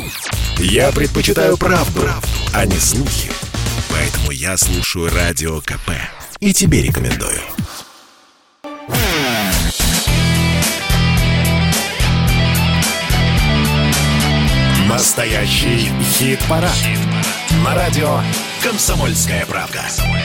Я предпочитаю правду, а не слухи. Поэтому я слушаю Радио КП. И тебе рекомендую. Настоящий хит-парад. На радио «Комсомольская правда».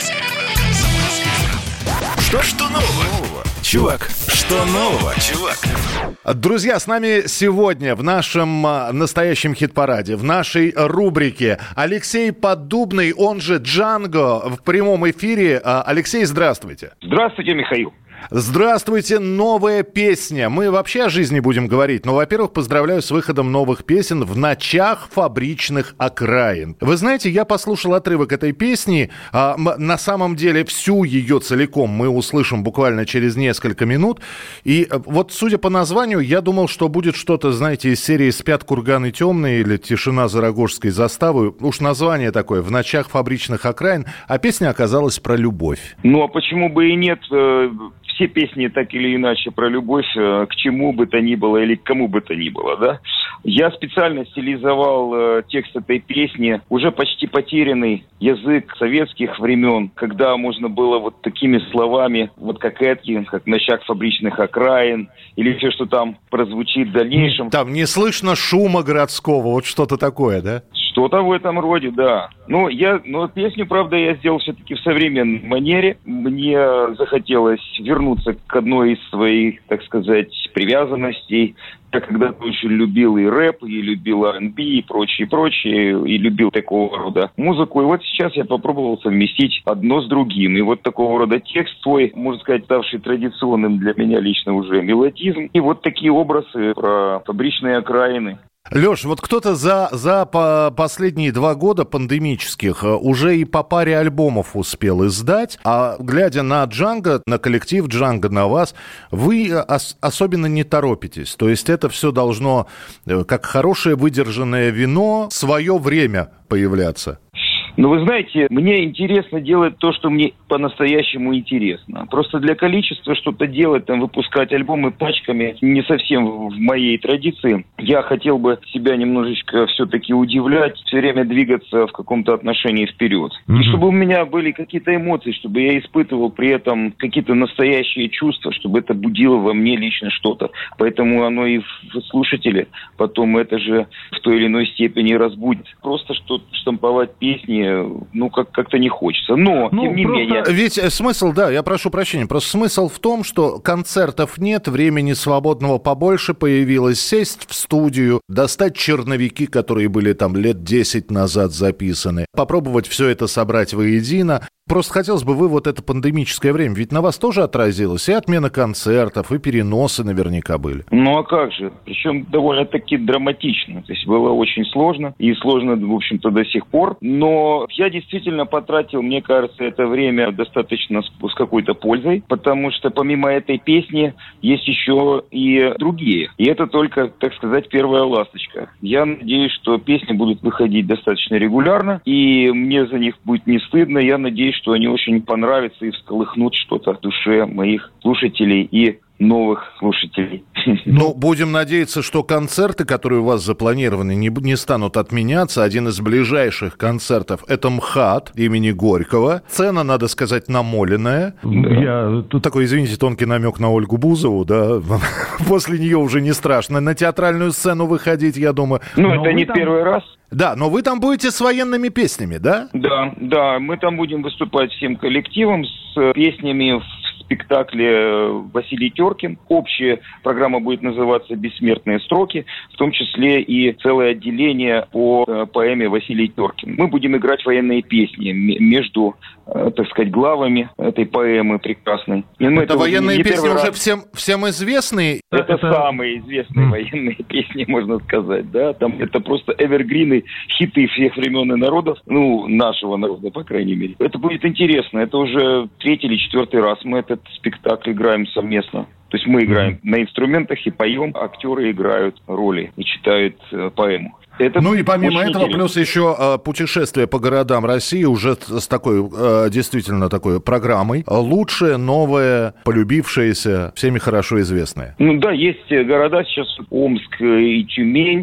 Что нового, чувак? Что нового, чувак? Друзья, с нами сегодня в нашем настоящем хит-параде, в нашей рубрике Алексей Поддубный, он же Джанго, в прямом эфире. Алексей, здравствуйте. Здравствуйте, Михаил. Здравствуйте, новая песня. Мы вообще о жизни будем говорить, но, во-первых, поздравляю с выходом новых песен «В ночах фабричных окраин». Вы знаете, я послушал отрывок этой песни. На самом деле всю ее целиком мы услышим буквально через несколько минут. И вот, судя по названию, я думал, что будет что-то, знаете, из серии «Спят курганы темные» или «Тишина за Рогожской заставой». Уж название такое «В ночах фабричных окраин», а песня оказалась про любовь. Ну, а почему бы и нет? Все песни так или иначе про любовь к чему бы то ни было или к кому бы то ни было, да? Я специально стилизовал текст этой песни, уже почти потерянный язык советских времен, когда можно было вот такими словами, вот как эти, как «В ночах фабричных окраин», или все, что там прозвучит в дальнейшем. Там не слышно шума городского, вот что-то такое, да? Что-то в этом роде, да. Но песню, правда, я сделал все-таки в современной манере. Мне захотелось вернуться к одной из своих, так сказать, привязанностей. Я когда-то очень любил и рэп, и любил R&B, и прочее, и любил такого рода музыку. И вот сейчас я попробовал совместить одно с другим. И вот такого рода текст свой, можно сказать, ставший традиционным для меня лично уже мелодизм. И вот такие образы про фабричные окраины. Леш, вот кто-то за последние 2 года пандемических уже и по паре альбомов успел издать, а глядя на Джанго, на коллектив Джанго, на вас, вы особенно не торопитесь. То есть это все должно, как хорошее выдержанное вино, свое время появляться. Ну, вы знаете, мне интересно делать то, что мне по-настоящему интересно. Просто для количества что-то делать, там, выпускать альбомы пачками не совсем в моей традиции. Я хотел бы себя немножечко все-таки удивлять, все время двигаться в каком-то отношении вперед. И чтобы у меня были какие-то эмоции, чтобы я испытывал при этом какие-то настоящие чувства, чтобы это будило во мне лично что-то. Поэтому оно и в слушателе потом это же в той или иной степени разбудит. Просто что штамповать песни, ну, как-то не хочется. Но, тем не менее... Ведь смысл, да, я прошу прощения, просто смысл в том, что концертов нет, времени свободного побольше появилось, сесть в студию, достать черновики, которые были там лет 10 назад записаны, попробовать все это собрать воедино. Просто хотелось бы, вы вот это пандемическое время, ведь на вас тоже отразилось и отмена концертов, и переносы наверняка были. Ну а как же? Причем довольно-таки драматично. То есть было очень сложно, и сложно, в общем-то, до сих пор. Но я действительно потратил, мне кажется, это время достаточно с какой-то пользой, потому что помимо этой песни есть еще и другие. И это только, так сказать, первая ласточка. Я надеюсь, что песни будут выходить достаточно регулярно, и мне за них будет не стыдно. Я надеюсь, что они очень понравятся и всколыхнут что-то в душе моих слушателей и новых слушателей. Ну, будем надеяться, что концерты, которые у вас запланированы, не станут отменяться. Один из ближайших концертов – это МХАТ имени Горького. Цена, надо сказать, намоленная. Да. Тут такой, извините, тонкий намек на Ольгу Бузову, да. После нее уже не страшно на театральную сцену выходить, я думаю. Ну, это не первый раз. Да, но вы там будете с военными песнями, да? Да, мы там будем выступать всем коллективом с песнями в спектакле Василий Теркин. Общая программа будет называться «Бессмертные строки», в том числе и целое отделение по поэме Василий Теркин. Мы будем играть военные песни между, так сказать, главами этой поэмы прекрасной. Это военные песни уже всем известные? Это самые известные военные песни, можно сказать, да. Там это просто эвергрины, хиты всех времен и народов, ну, нашего народа, по крайней мере. Это будет интересно. Это уже 3-й или 4-й раз мы этот спектакль играем совместно. То есть мы играем на инструментах и поем, актеры играют роли и читают поэму. Это ну и помимо этого, интересно. плюс еще путешествие по городам России уже с такой, действительно такой программой. Лучшее, новое, полюбившееся, всеми хорошо известное. Ну да, есть города сейчас, Омск и Тюмень,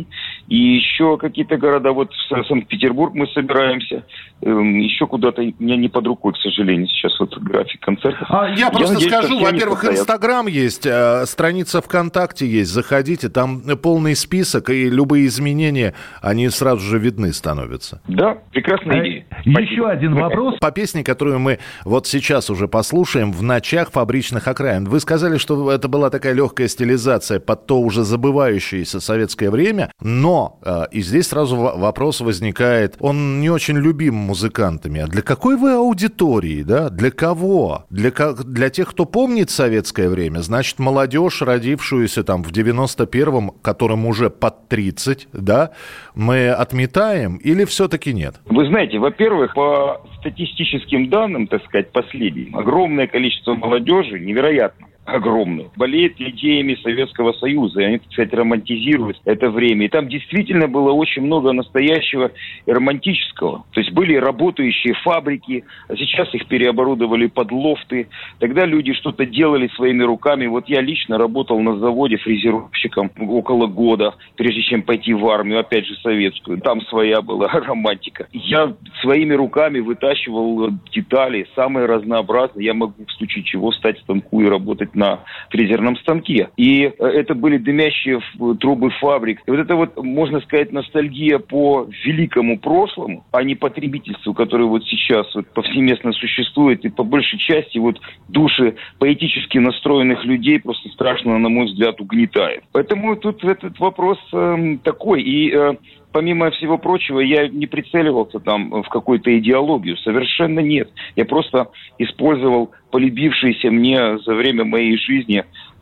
И еще какие-то города, вот в Санкт-Петербург мы собираемся, еще куда-то, у меня не под рукой, к сожалению, сейчас вот график концертов. Я просто скажу, во-первых, Инстаграм есть, страница ВКонтакте есть, заходите, там полный список, и любые изменения, они сразу же видны становятся. Да, прекрасная идея. Еще один вопрос. По песне, которую мы вот сейчас уже послушаем, «В ночах фабричных окраин». Вы сказали, что это была такая легкая стилизация под то уже забывающееся советское время, но и здесь сразу вопрос возникает, он не очень любим музыкантами. А для какой вы аудитории, да? Для кого? Для тех, кто помнит советское время, значит, молодежь, родившуюся там в 91-м, которым уже под 30, да, мы отметаем или все-таки нет? Вы знаете, во-первых, по статистическим данным, так сказать, последним, огромное количество молодежи, невероятно огромные, болеет идеями Советского Союза, и они, так сказать, романтизируют это время. И там действительно было очень много настоящего и романтического. То есть были работающие фабрики, а сейчас их переоборудовали под лофты. Тогда люди что-то делали своими руками. Вот я лично работал на заводе фрезеровщиком около года, прежде чем пойти в армию, опять же советскую. Там своя была романтика. Я своими руками вытащивал детали, самые разнообразные. Я могу в случае чего встать в станку и работать на фрезерном станке. И это были дымящие трубы фабрик. И вот это вот, можно сказать, ностальгия по великому прошлому, а не потребительству, которое вот сейчас вот повсеместно существует. И по большей части вот души поэтически настроенных людей просто страшно, на мой взгляд, угнетает. Поэтому тут этот вопрос такой. И помимо всего прочего, я не прицеливался там в какую-то идеологию. Совершенно нет. Я просто использовал полюбившиеся мне за время моей жизни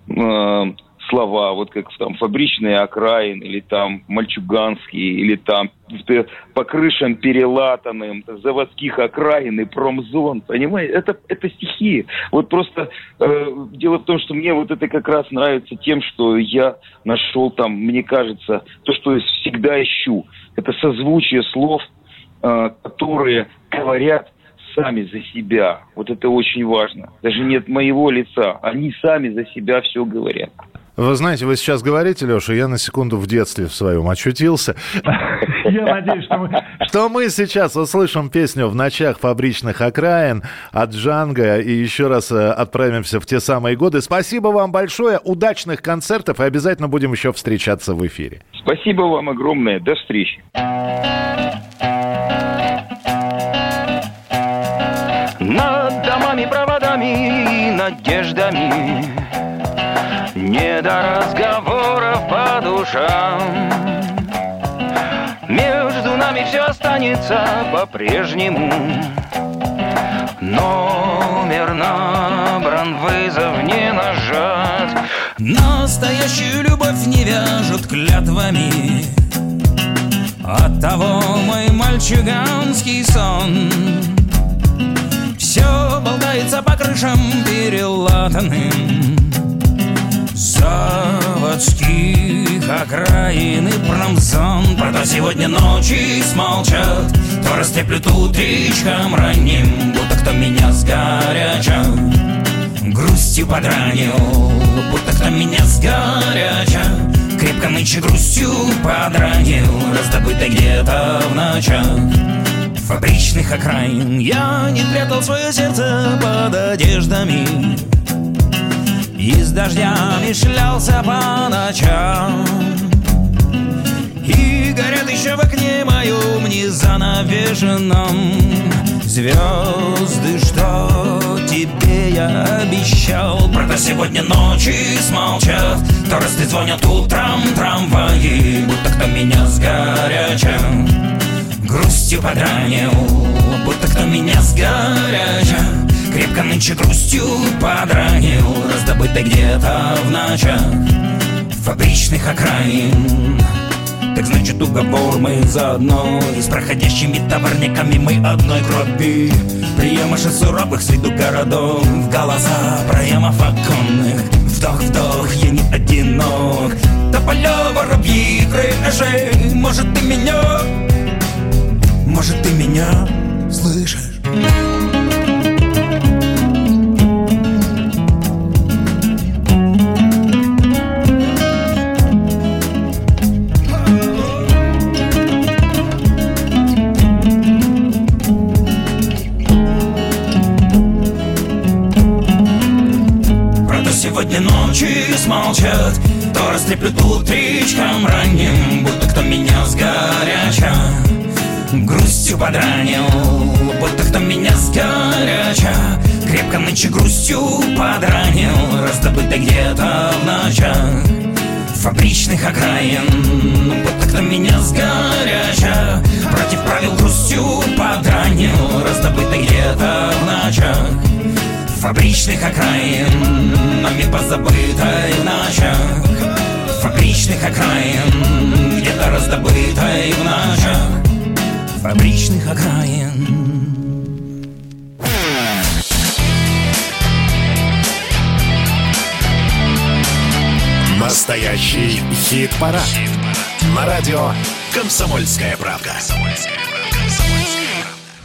слова, вот как там фабричные окраины, или там мальчуганские, или там по крышам перелатанным, заводских окраин и промзон, понимаете? Это стихи. Вот просто дело в том, что мне вот это как раз нравится тем, что я нашел там, мне кажется, то, что я всегда ищу. Это созвучие слов, которые говорят сами за себя. Вот это очень важно. Даже нет моего лица. Они сами за себя все говорят. Вы знаете, вы сейчас говорите, Леша, я на секунду в детстве в своем очутился. Я надеюсь, что мы сейчас услышим песню «В ночах фабричных окраин» от Джанго и еще раз отправимся в те самые годы. Спасибо вам большое, удачных концертов, и обязательно будем еще встречаться в эфире. Спасибо вам огромное, до встречи. Над домами, проводами и надеждами не до разговоров по душам. Между нами все останется по-прежнему. Номер набран, вызов не нажат. Настоящую любовь не вяжут клятвами. Оттого мой мальчуганский сон все болтается по крышам перелатанным заводских окраин и промзон. Правда, сегодня ночи смолчат, то растеплют утречком ранним, будто кто меня сгоряча грустью подранил, будто кто меня сгоряча крепко нынче грустью подранил, раздобытой где-то в ночах фабричных окраин. Я не прятал свое сердце под одеждами и с дождями шлялся по ночам. И горят еще в окне моем незанавешенном звезды, что тебе я обещал. Правда, сегодня ночи смолчат, то раз ты звонят утром трамваи, будто кто меня сгоряча грустью подранил, будто кто меня сгоряча крепко нынче грустью подранил, раздобытой где-то в ночах фабричных окраин. Так значит, уговор мы заодно, и с проходящими товарниками мы одной крови. Приемыши суровых с виду городов, голоса проемов оконных. Вдох-вдох, я не одинок. Тополя, воробьи, крыши. Может, ты меня слышишь? смолчат, то растреплют утречком ранним, будто кто меня сгоряча грустью подранил, будто кто меня сгоряча крепко нынче грустью подранил, раздобыто где-то в ночах фабричных окраин, будто кто меня сгоряча против правил грустью подранил, раздобыто где-то в ночах фабричных окраин, нами позабытой в ночах фабричных окраин, где-то раздобытой в ночах фабричных окраин. Настоящий хит-парад. На радио «Комсомольская правда».